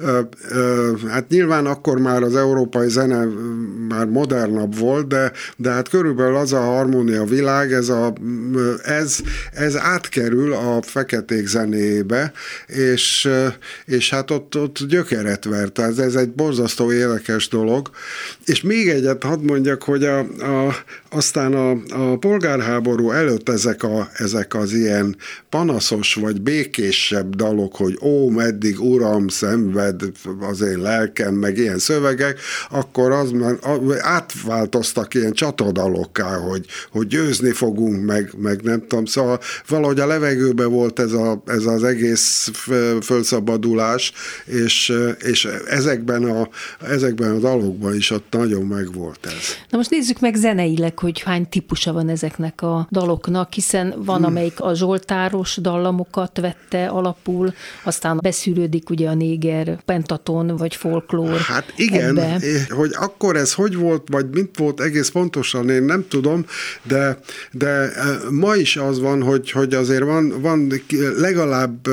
[SPEAKER 5] hát nyilván akkor már az európai zene már modernabb volt, de, de hát körülbelül az a harmónia világ, ez, a, ez, ez átkerül a feketék zenébe, és, és hát ott, ott gyökeret vert, ez, ez egy borzasztó érdekes dolog. És még egyet hadd mondjak, hogy a, a, aztán a, a polgárháború előtt ezek, a, ezek az ilyen panaszos vagy békésebb dalok, hogy ó, meddig uram, szenved az én lelkem, meg ilyen szövegek, akkor az már átváltoztak ilyen csatadalokká, hogy, hogy győzni fogunk, meg, meg nem tudom, tudom, szóval valahogy a levegőben volt ez, a, ez az egész fölszabadulás, és, és ezekben, a, ezekben a dalokban is ott nagyon megvolt ez.
[SPEAKER 2] Na most nézzük meg zeneileg, hogy hány típusa van ezeknek a daloknak, hiszen van, amelyik a zsoltáros dallamokat vette alapul, aztán beszűrődik ugye a néger pentaton, vagy folklór.
[SPEAKER 5] Hát igen,
[SPEAKER 2] ebbe.
[SPEAKER 5] Hogy akkor ez hogy volt, vagy mint volt egész pontosan, én nem tudom, de, de ma is az van, hogy, hogy azért van, van legalább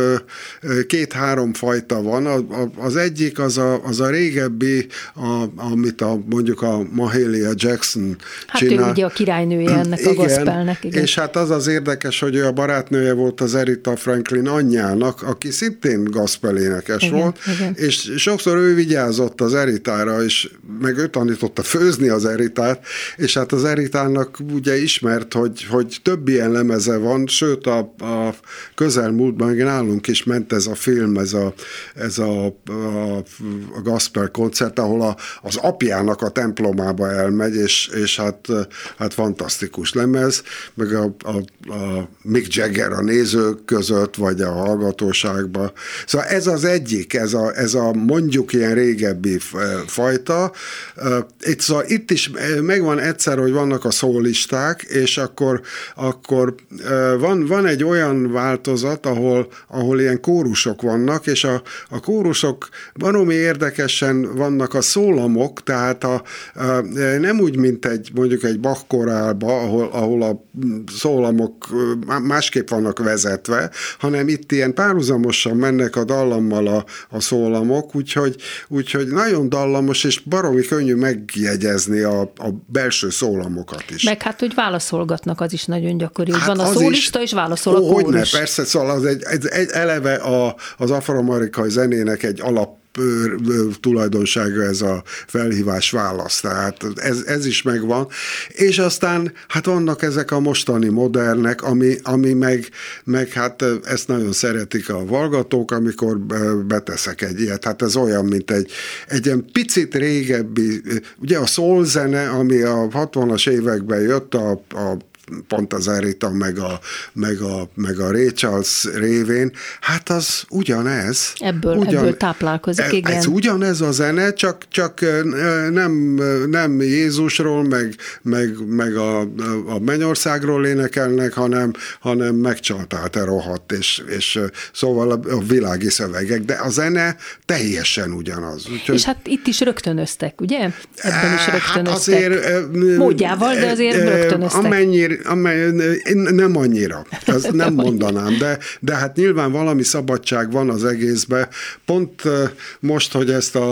[SPEAKER 5] két-három fajta van. Az egyik az a, az a régebbi, a, amit a, mondjuk a Mahalia Jackson
[SPEAKER 2] hát
[SPEAKER 5] csinál.
[SPEAKER 2] Hát ő ugye a királynője ennek igen, a gospelnek. Igen,
[SPEAKER 5] és hát az az érdekes, hogy ő a barátnője volt az Aretha Franklin anyjának, aki szintén gospelénekes igen, volt, igen. És sokszor ő vigyázott az Arethára, és meg ő tanította főzni az Arethát, és hát az Arethának ugye ismert, hogy, hogy több ilyen lemeze van, sőt a, a közelmúltban nálunk is ment ez a film, ez a, ez a, a, a gospel koncert, ahol a, az apjának a templomába elmegy, és, és hát, hát fantasztikus lemez, meg a, a, a Mick Jagger a nézők között, vagy a hallgatóságban. Szóval ez az egyik, ez a, ez a mondjuk ilyen régebbi fajta. Itt, szóval itt is megvan egyszer, hogy vannak a szólisták, és akkor, akkor van, van egy olyan változat, ahol, ahol ilyen kórusok vannak, és a, a kórusok valami érdekesen vannak a szólamok, tehát a, a, nem úgy, mint egy mondjuk egy Bach korálba, ahol, ahol a szólamok másképp vannak vezetve, hanem itt ilyen párhuzamosan mennek a dallammal a, a szólamok, úgyhogy, úgyhogy nagyon dallamos, és baromi könnyű megjegyezni a, a belső szólamokat is.
[SPEAKER 2] Meg hát, hogy válaszolgatnak, az is nagyon gyakori.
[SPEAKER 5] Hát
[SPEAKER 2] van a szólista, és válaszol a kórus.
[SPEAKER 5] Hogyne, persze, szóval az egy, egy, egy eleve a, az afroamerikai zenének egy alap tulajdonsága ez a felhívás-válasz, tehát ez, ez is megvan, és aztán hát vannak ezek a mostani modernek, ami, ami meg, meg hát ezt nagyon szeretik a hallgatók, amikor beteszek egy ilyet, hát ez olyan, mint egy, egy ilyen picit régebbi, ugye a soul zene, ami a hatvanas években jött, a, a pont az Aretha, meg a, meg a, meg a Ray Charles révén, hát az ugyanez.
[SPEAKER 2] Ebből, ugyan, ebből táplálkozik, igen.
[SPEAKER 5] Ez ugyanez a zene, csak, csak nem, nem Jézusról, meg, meg, meg a, a Mennyországról énekelnek, hanem, hanem megcsaltál te rohadt, és, és szóval a világi szövegek, de a zene teljesen ugyanaz.
[SPEAKER 2] Úgyhogy, és hát itt is rögtönöztek, ugye? Ebben is rögtönöztek. Hát azért, módjával, de azért rögtönöztek.
[SPEAKER 5] Amennyire Amely, nem annyira, azt nem mondanám, de, de hát nyilván valami szabadság van az egészben. Pont most, hogy ezt a,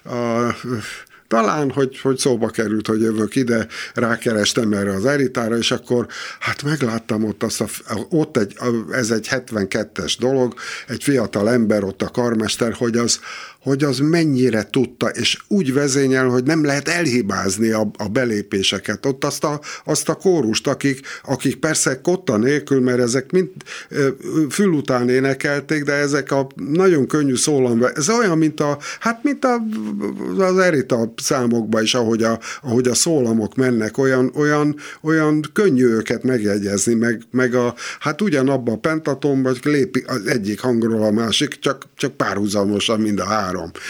[SPEAKER 5] a talán, hogy, hogy szóba került, hogy jövök ide, rákerestem erre az Arethára, és akkor hát megláttam ott azt, a, ott egy, ez egy hetvenkettes dolog, egy fiatal ember, ott a karmester, hogy az, hogy az mennyire tudta, és úgy vezényel, hogy nem lehet elhibázni a, a belépéseket. Ott azt a, azt a kórust, akik, akik persze kotta nélkül, mert ezek mind fül után énekelték, de ezek a nagyon könnyű szólam, ez olyan, mint a, hát mint a, az Aretha számokban is, ahogy a, ahogy a szólamok mennek, olyan, olyan, olyan könnyű őket megjegyezni, meg, meg a, hát ugyanabban a pentatonban lépi az egyik hangról a másik, csak, csak párhuzamosan mind a három.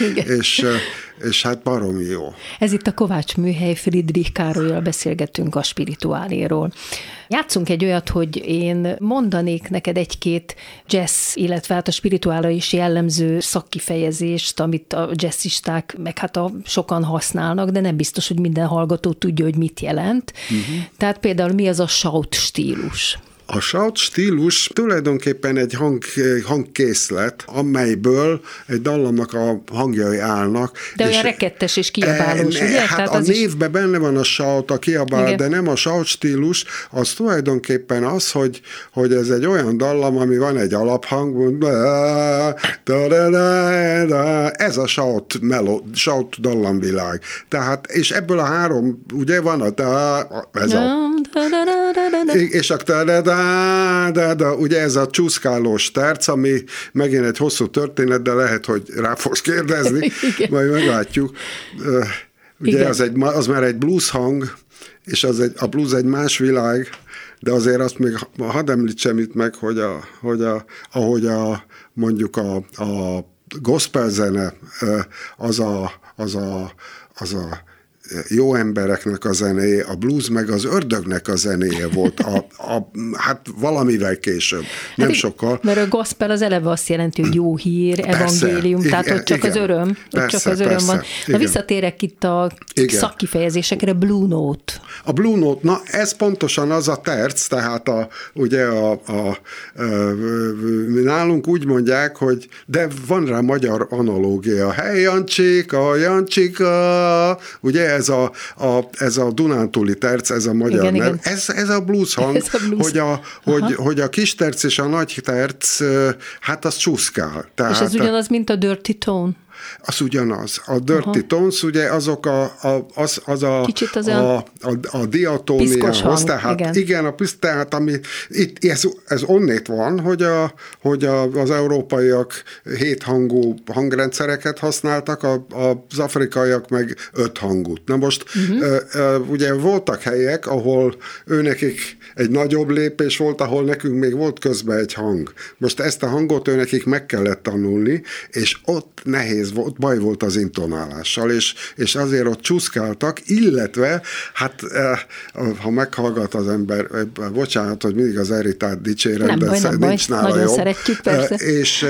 [SPEAKER 5] És, és hát baromi jó.
[SPEAKER 2] Ez itt a Kovács Műhely, Friedrich Károlyal beszélgettünk a spirituáléról. Játszunk egy olyat, hogy én mondanék neked egy-két jazz, illetve hát a spirituálra is jellemző szakkifejezést, amit a jazzisták, meg hát a sokan használnak, de nem biztos, hogy minden hallgató tudja, hogy mit jelent. Uh-huh. Tehát például mi az a shout stílus?
[SPEAKER 5] A shout stílus tulajdonképpen egy hang, hangkészlet, amelyből egy dallamnak a hangjai állnak.
[SPEAKER 2] De olyan rekettes és kiabálós, e, ugye?
[SPEAKER 5] Hát Tehát a névben is... benne van a shout, a kiabál, de nem a shout stílus, az tulajdonképpen az, hogy, hogy ez egy olyan dallam, ami van egy alaphang, ez a shout, melo, shout dallamvilág. Tehát, és ebből a három, ugye van a, ez a és a de, de ugye ez a csúszkálós terc, ami megint egy hosszú történet, de lehet, hogy rá fogsz kérdezni, majd meglátjuk. Ugye az, egy, az már egy blues hang, és az egy, a blues egy más világ, de azért azt még hadd említsem itt meg, hogy, a, hogy a, ahogy a, mondjuk a, a gospel zene az a, az a, az a jó embereknek a zenéje, a blues meg az ördögnek a zenéje volt, a, a, hát valamivel később, nem hát sokkal.
[SPEAKER 2] Mert a gospel az eleve azt jelenti, hogy jó hír, evangélium, persze, tehát igen, ott csak igen, az öröm, persze, ott csak az öröm persze, van. Na visszatérek itt a igen. szakkifejezésekre, Blue Note.
[SPEAKER 5] A Blue Note, na ez pontosan az a terc, tehát a, ugye a, a, a, nálunk úgy mondják, hogy de van rá magyar analógia, hey Jancsika, Jancsika, ugye ez a, a, ez a dunántúli terc, ez a magyar igen, nev. Ez, ez a blues hang, ez a blues. Hogy, a, hogy, hogy a kis terc és a nagy terc, hát az csúszkál. Tehát,
[SPEAKER 2] és ez ugyanaz, mint a dirty tone?
[SPEAKER 5] Az ugyanaz. A dirty aha. tones, ugye azok a, a, az, az a,
[SPEAKER 2] az
[SPEAKER 5] a, a, a diatóniához, tehát igen, igen a piszt, tehát ami, itt, ez, ez onnét van, hogy, a, hogy a, az európaiak héthangú hangrendszereket használtak, a, az afrikaiak meg öt hangut. Na most uh-huh. ugye voltak helyek, ahol őnekik egy nagyobb lépés volt, ahol nekünk még volt közben egy hang. Most ezt a hangot őnekik meg kellett tanulni, és ott nehéz volt, baj volt az intonálással, és, és azért ott csúszkáltak, illetve, hát ha meghallgat az ember, bocsánat, hogy mindig az Eritát dicsérem,
[SPEAKER 2] nem
[SPEAKER 5] de
[SPEAKER 2] baj, nem
[SPEAKER 5] nincs
[SPEAKER 2] baj.
[SPEAKER 5] nála
[SPEAKER 2] Nagyon
[SPEAKER 5] jobb.
[SPEAKER 2] szeretjük, persze.
[SPEAKER 5] És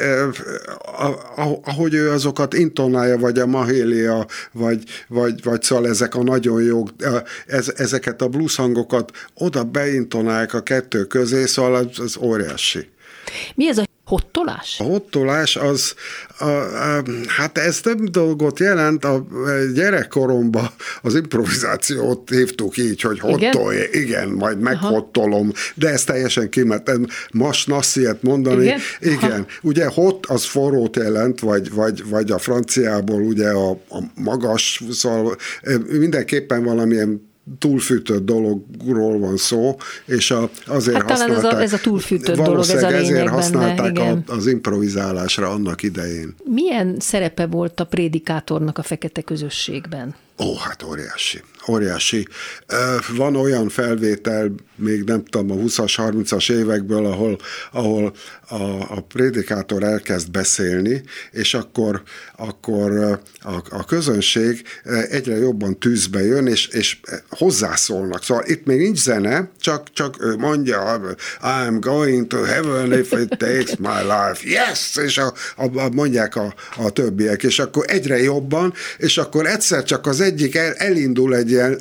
[SPEAKER 5] ahogy ő azokat intonálja, vagy a Mahélia, vagy, vagy, vagy szóval ezek a nagyon jó, ezeket a blues hangokat oda beintonálják a kettő közé, szóval az, az óriási.
[SPEAKER 2] Mi ez a hottolás?
[SPEAKER 5] A hottolás az, a, a, hát ez több dolgot jelent, a gyerekkoromban az improvizációt hívtuk így, hogy hottolj, igen, igen majd meghottolom, aha. de ez teljesen kimentem, mas nassziet mondani, igen, igen. ugye hot az forrót jelent, vagy, vagy, vagy a franciából ugye a, a magas, szóval mindenképpen valamilyen túlfűtött dologról van szó, és a, azért
[SPEAKER 2] hát talán
[SPEAKER 5] használták.
[SPEAKER 2] Ez a, ez a túlfűtött dolog, ez a lényeg
[SPEAKER 5] ezért használták
[SPEAKER 2] benne,
[SPEAKER 5] a, az improvizálásra annak idején.
[SPEAKER 2] Milyen szerepe volt a prédikátornak a fekete közösségben?
[SPEAKER 5] Ó, hát óriási. Óriási. Van olyan felvétel, még nem tudom, a húszas, harmincas évekből, ahol, ahol a, a prédikátor elkezd beszélni, és akkor, akkor a, a közönség egyre jobban tűzbe jön, és, és hozzászólnak. Szóval itt még nincs zene, csak, csak ő mondja, I'm going to heaven if it takes my life. Yes! És a, a, mondják a, a többiek, és akkor egyre jobban, és akkor egyszer csak az egyik el, elindul egy ilyen,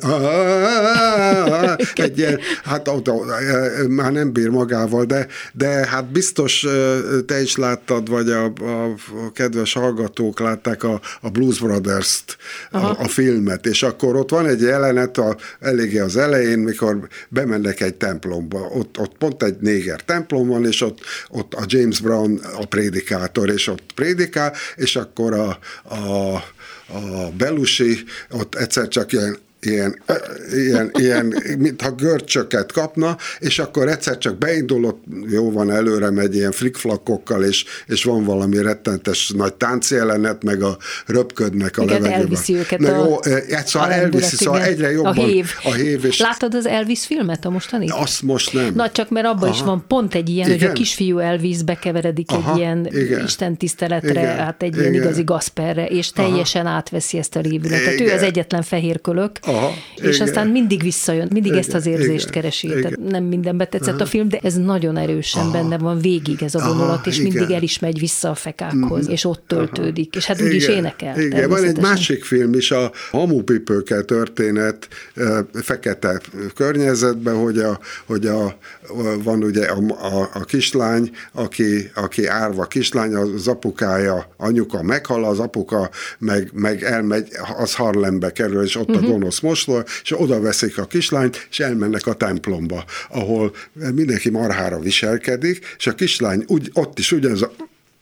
[SPEAKER 5] egy ilyen, hát már nem bír magával, de, de hát biztos te is láttad, vagy a, a, a kedves hallgatók látták a, a Blues Brothers-t, a, a filmet, és akkor ott van egy jelenet a, eléggé az elején, mikor bemennek egy templomba, ott, ott pont egy néger templom van, és ott, ott a James Brown a prédikátor, és ott prédikál, és akkor a, a a Belushi ott egyszer csak ilyen ilyen, ilyen, ilyen, mintha görcsöket kapna, és akkor egyszer csak beindulott, jó van, előre megy ilyen flickflakokkal, és, és van valami rettentes nagy táncjelenet, meg a röpködnek a
[SPEAKER 2] igen,
[SPEAKER 5] levegőben.
[SPEAKER 2] elviszi őket
[SPEAKER 5] Na,
[SPEAKER 2] a,
[SPEAKER 5] jó, szóval elviszi, szóval egyre jobban
[SPEAKER 2] a hév.
[SPEAKER 5] A hév és
[SPEAKER 2] láttad az Elvis filmet, a mostani?
[SPEAKER 5] Azt most nem.
[SPEAKER 2] Na, csak mert abban is van pont egy ilyen, igen? Hogy a kisfiú Elvis bekeveredik aha, egy ilyen igen. istentiszteletre, igen. hát egy igen. ilyen igazi Gasperre, és teljesen aha. átveszi ezt a révületet. Igen. Ő az egyetlen fehér kölök, aha, és igen. aztán mindig visszajön, mindig igen, ezt az érzést igen, keresi. Igen. Tehát nem mindenbe tetszett aha. a film, de ez nagyon erősen aha. benne van végig ez a vonulat, aha, és igen. mindig el is megy vissza a fekákhoz, mm. és ott töltődik, aha. és hát úgy is énekel.
[SPEAKER 5] Igen, van egy másik film is, a Hamupipőke történet fekete környezetben, hogy, a, hogy a, van ugye a, a, a kislány, aki, aki árva kislány, az apukája, anyuka meghal, az apuka meg, meg elmegy, az Harlembe kerül, és ott uh-huh. a gonosz mosló, és oda veszik a kislányt, és elmennek a templomba, ahol mindenki marhára viselkedik, és a kislány úgy, ott is ugyanaz a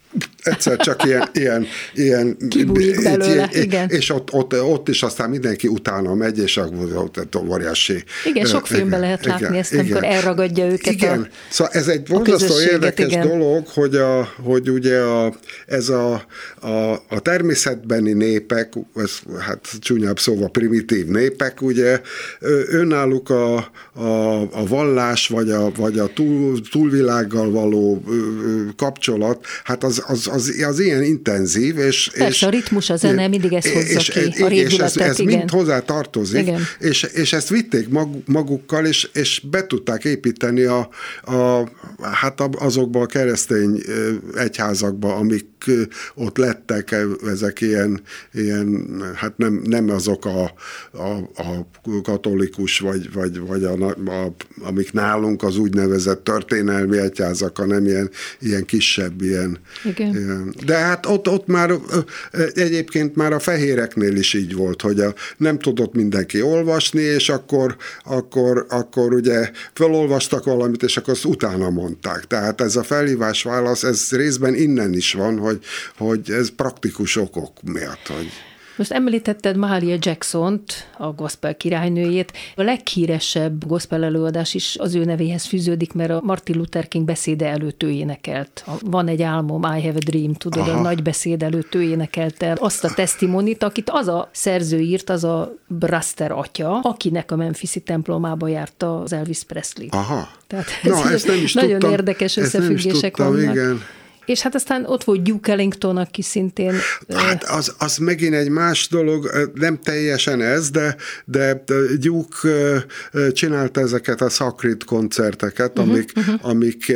[SPEAKER 5] egyszer csak ilyen, ilyen, ilyen
[SPEAKER 2] kibújik belőle,
[SPEAKER 5] ilyen,
[SPEAKER 2] igen.
[SPEAKER 5] És ott, ott, ott is aztán mindenki utána megy, és ott óriási.
[SPEAKER 2] Igen, sok filmben lehet látni igen, ezt, igen. amikor elragadja őket
[SPEAKER 5] igen.
[SPEAKER 2] a
[SPEAKER 5] Szóval ez egy borzasztó érdekes
[SPEAKER 2] igen.
[SPEAKER 5] dolog, hogy, a, hogy ugye a, ez a, a, a természetbeni népek, ez, hát csúnyább szóval primitív népek, ugye önálluk a, a, a vallás, vagy a, vagy a túl, túlvilággal való kapcsolat, hát az, az, az, az ilyen intenzív, és...
[SPEAKER 2] Persze, és, a ritmus, a zene mindig ezt hozza és, ki, és, a régületet,
[SPEAKER 5] és ez, ez
[SPEAKER 2] igen.
[SPEAKER 5] mind hozzá tartozik, és, és ezt vitték magukkal, és, és be tudták építeni a, a, hát azokba a keresztény egyházakba, amik ott lettek, ezek ilyen, ilyen hát nem, nem azok a, a, a katolikus, vagy, vagy, vagy a, a, amik nálunk az úgynevezett történelmi egyházak, hanem ilyen, ilyen kisebb, ilyen, ilyen. De hát ott, ott már egyébként már a fehéreknél is így volt, hogy a, nem tudott mindenki olvasni, és akkor, akkor, akkor ugye felolvastak valamit, és akkor azt utána mondták. Tehát ez a felhívás-válasz, ez részben innen is van, hogy, hogy ez praktikus okok miatt, hogy...
[SPEAKER 2] Most említetted Mahalia Jacksont, a gospel királynőjét. A leghíresebb gospel előadás is az ő nevéhez fűződik, mert a Martin Luther King beszéde előtt ő énekelt. Van egy álmom, I have a dream, tudod, aha. a nagy beszéd előtt ő énekelte azt a tesztimonit, akit az a szerző írt, az a Braster atya, akinek a Memphisi templomába járta az Elvis Presley.
[SPEAKER 5] Aha.
[SPEAKER 2] Tehát ez
[SPEAKER 5] Na, ezt nem is
[SPEAKER 2] nagyon
[SPEAKER 5] tudtam.
[SPEAKER 2] érdekes összefüggések vannak.
[SPEAKER 5] Igen.
[SPEAKER 2] És hát aztán ott volt Duke Ellington, aki szintén...
[SPEAKER 5] Hát az, az megint egy más dolog, nem teljesen ez, de, de Duke csinálta ezeket a Sacred koncerteket, uh-huh, amik, uh-huh. amik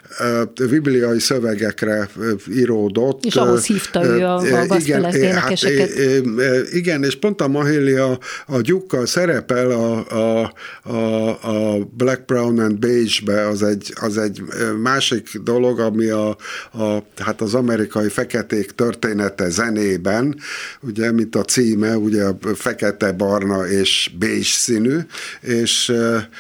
[SPEAKER 5] bibliai szövegekre íródott.
[SPEAKER 2] És ahhoz hívta ő a, a gospel énekeseket.
[SPEAKER 5] Hát, igen, és pont a Mahalia a Duke-kal szerepel a, a, a, a Black, Brown and Beige-be, az egy, az egy másik dolog, ami a A, hát az amerikai feketék története zenében, ugye, mint a címe, ugye fekete, barna és bézs színű, és,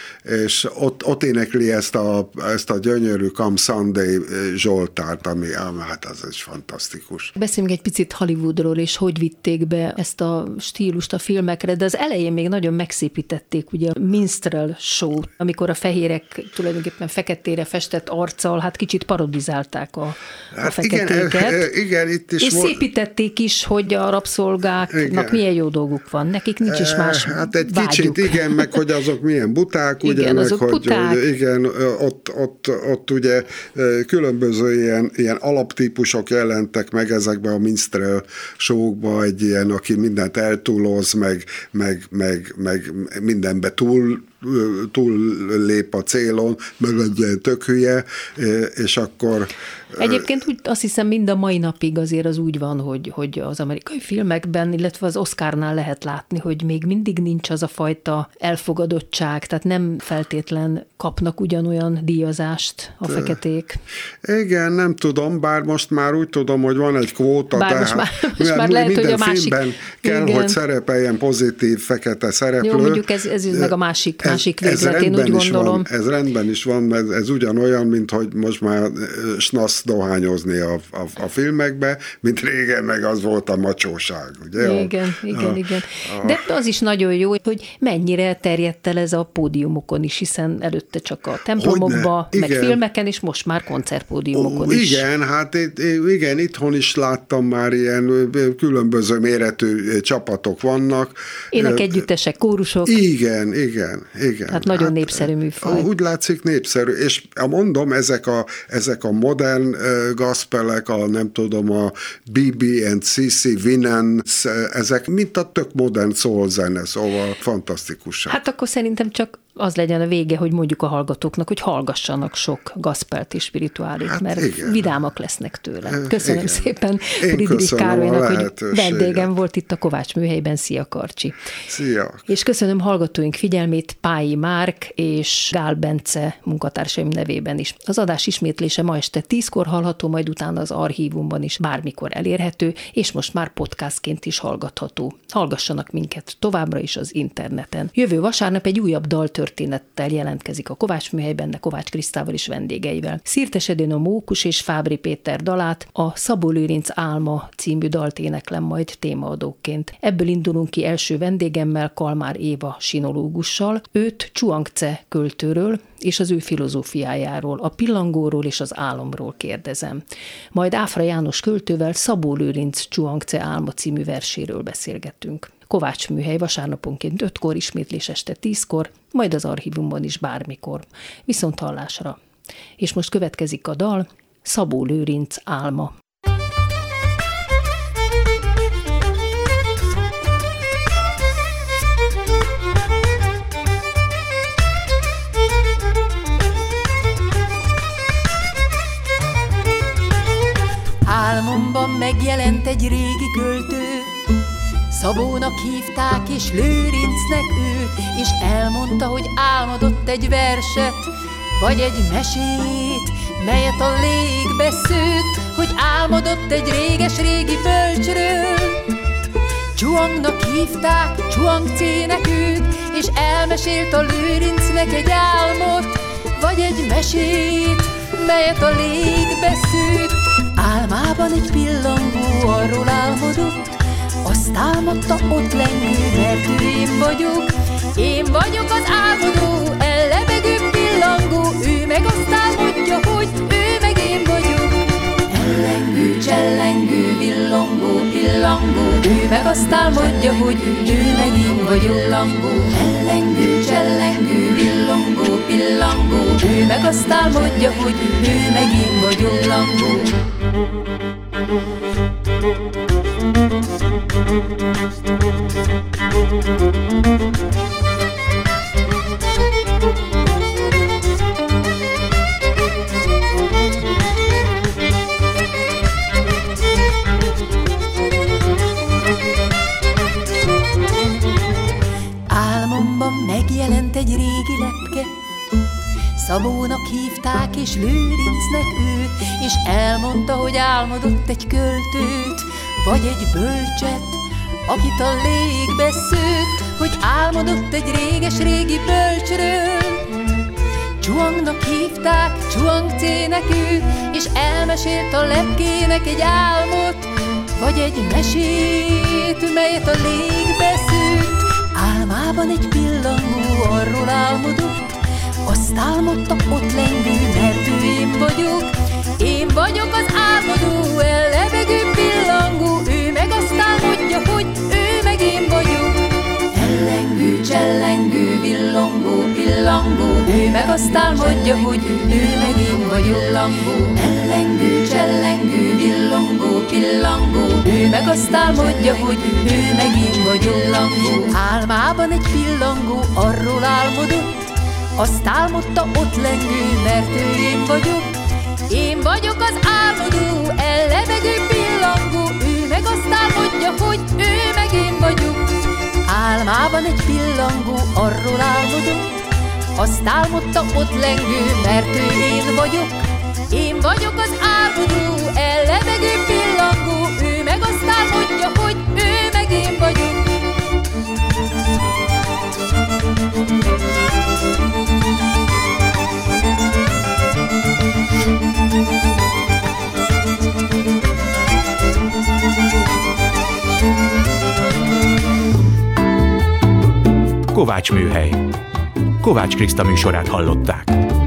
[SPEAKER 5] és ott, ott énekli ezt a, ezt a gyönyörű Come Sunday Zsoltárt, ami hát az is fantasztikus.
[SPEAKER 2] Beszéljünk egy picit Hollywoodról, és hogy vitték be ezt a stílust a filmekre, de az elején még nagyon megszépítették, ugye a minstrel show, amikor a fehérek tulajdonképpen feketére festett arccal, hát kicsit parodizálták a a
[SPEAKER 5] hát
[SPEAKER 2] feketéket.
[SPEAKER 5] Igen, igen, itt is
[SPEAKER 2] és
[SPEAKER 5] volt...
[SPEAKER 2] szépítették is, hogy a rabszolgáknak igen. milyen jó dolguk van. Nekik nincs is más
[SPEAKER 5] Hát egy
[SPEAKER 2] vágyuk.
[SPEAKER 5] Kicsit igen, meg hogy azok milyen buták, ugye,
[SPEAKER 2] igen,
[SPEAKER 5] meg
[SPEAKER 2] azok
[SPEAKER 5] hogy,
[SPEAKER 2] buták.
[SPEAKER 5] hogy igen, ott, ott, ott ugye különböző ilyen, ilyen alaptípusok jelentek meg ezekben a minstrel show-kba, egy ilyen, aki mindent eltúloz, meg, meg, meg, meg mindenbe túl túl lép a célon, meg egy ilyen tök hülye, és akkor...
[SPEAKER 2] Egyébként úgy azt hiszem mind a mai napig azért az úgy van, hogy, hogy az amerikai filmekben, illetve az Oscarnál lehet látni, hogy még mindig nincs az a fajta elfogadottság, tehát nem feltétlen kapnak ugyanolyan díjazást a feketék.
[SPEAKER 5] Igen, nem tudom, bár most már úgy tudom, hogy van egy kvóta,
[SPEAKER 2] bár
[SPEAKER 5] tehát
[SPEAKER 2] most már, most már lehet,
[SPEAKER 5] minden
[SPEAKER 2] hogy a másik...
[SPEAKER 5] filmben kell, igen. hogy szerepeljen pozitív fekete szereplő.
[SPEAKER 2] Jó, mondjuk ez, ez meg a másik, ez, másik véglet, én úgy gondolom.
[SPEAKER 5] Van, ez rendben is van, ez, ez ugyanolyan, mint hogy most már snasz dohányozni a, a, a filmekbe, mint régen meg az volt a macsóság. Ugye?
[SPEAKER 2] Igen,
[SPEAKER 5] a,
[SPEAKER 2] igen,
[SPEAKER 5] a,
[SPEAKER 2] igen.
[SPEAKER 5] A,
[SPEAKER 2] De az is nagyon jó, hogy mennyire terjedt el ez a pódiumokon is, hiszen előtte csak a templomokba, meg filmeken, és most már koncertpódiumokon
[SPEAKER 5] Ó,
[SPEAKER 2] is.
[SPEAKER 5] Igen, hát igen, itthon is láttam már ilyen különböző méretű csapatok vannak.
[SPEAKER 2] Énekegyüttesek, kórusok.
[SPEAKER 5] Igen, igen, igen.
[SPEAKER 2] Hát nagyon hát, népszerű műfaj.
[SPEAKER 5] Úgy látszik népszerű, és mondom, ezek a, ezek a modern gospelek, a nem tudom, a bé bé and cé cé Winans, ezek mint a tök modern soul zene, szóval fantasztikusak.
[SPEAKER 2] Hát akkor szerintem csak az legyen a vége, hogy mondjuk a hallgatóknak, hogy hallgassanak sok gospelt és spirituálit, hát mert igen. vidámak lesznek tőle. Köszönöm igen. szépen Friedrich Károlynak, hogy vendégem volt itt a Kovács Műhelyben. Szia, Karcsi!
[SPEAKER 5] Szia!
[SPEAKER 2] És köszönöm hallgatóink figyelmét Pályi Márk és Gál Bence munkatársaim nevében is. Az adás ismétlése ma este tízkor hallható, majd utána az archívumban is bármikor elérhető, és most már podcastként is hallgatható. Hallgassanak minket továbbra is az interneten. Jövő vasárnap egy újabb dalt daltörténettel jelentkezik a Kovács Műhelyben, de Kovács Krisztával is vendégeivel. Szirtes Edina Mókus és Fábry Péter dalát a Szabó Lőrinc Álma című dalt éneklem majd témaadóként. Ebből indulunk ki első vendégemmel, Kalmár Éva sinológussal. Őt Chuang-Tze költőről és az ő filozófiájáról, a pillangóról és az álomról kérdezem. Majd Áfra János költővel Szabó Lőrinc Chuang-Tze Álma című verséről beszélgetünk. Kovács Műhely vasárnaponként ötkor, ismétlés este tízkor, majd az archívumban is bármikor. Viszont hallásra. És most következik a dal, Szabó Lőrinc Álma.
[SPEAKER 3] Álmomban megjelent egy régi költő, Szabónak hívták és Lőrincnek őt, és elmondta, hogy álmodott egy verset, vagy egy mesét, melyet a légbe szőtt, hogy álmodott egy réges-régi bölcsről. Chuangnak hívták, Chuang-Tze-nek őt, és elmesélt a Lőrincnek egy álmot, vagy egy mesét, melyet a légbe szőtt. Álmában egy pillangó arról álmodott, azt álmodta ott lengő, mert ő én vagyok. Én vagyok az álmodó, ellebegő pillangó, ő meg azt álmodja, hogy ő meg én vagyok. Ellengő, csellengő, villongó, pillangó, ő meg azt álmodja, hogy ő meg én vagyok. Langó. Ellengő, csellengő, villongó, pillangó, ő meg azt álmodja, hogy ő meg én vagyok. Langó. Álmomban megjelent egy régi lepke, Szabónak hívták és Lőrincnek őt, és elmondta, hogy álmodott egy költőt, vagy egy bölcset, akit a légbe szőtt, hogy álmodott egy réges-régi bölcsről. Chuangnak hívták, Chuang-Tze-nek őt, és elmesélt a lepkének egy álmot, vagy egy mesét, melyet a légbe szőtt. Álmában egy pillangó arról álmodott, azt álmodta ott lengő, mert ő én vagyok. Én vagyok az álmodó, ellebegő pillangó, ő meg azt álmodja, hogy ő meg én vagyok. Ellengő, csellengő, villongó, pillangó, ő meg azt álmodja, hogy ő meg én vagyok. Langó. Ellengő, csellengő, villongó, pillangó, ő meg azt álmodja, hogy ő meg én vagyok. Langó. Álmában egy pillangó arról álmodott, azt álmodta ott lengő, mert ő én vagyok. Én vagyok az álmodó, ellebegő pillangó, ő meg azt álmodja, hogy ő meg én vagyok. Álmában egy pillangó arról álmodott, azt álmodta ott lengő, mert ő én vagyok. Én vagyok az álmodó, ellebegő pillangó, ő meg azt álmodja, hogy ő meg én vagyok.
[SPEAKER 1] Kovács Műhely. Kovács Kriszta műsorát hallották.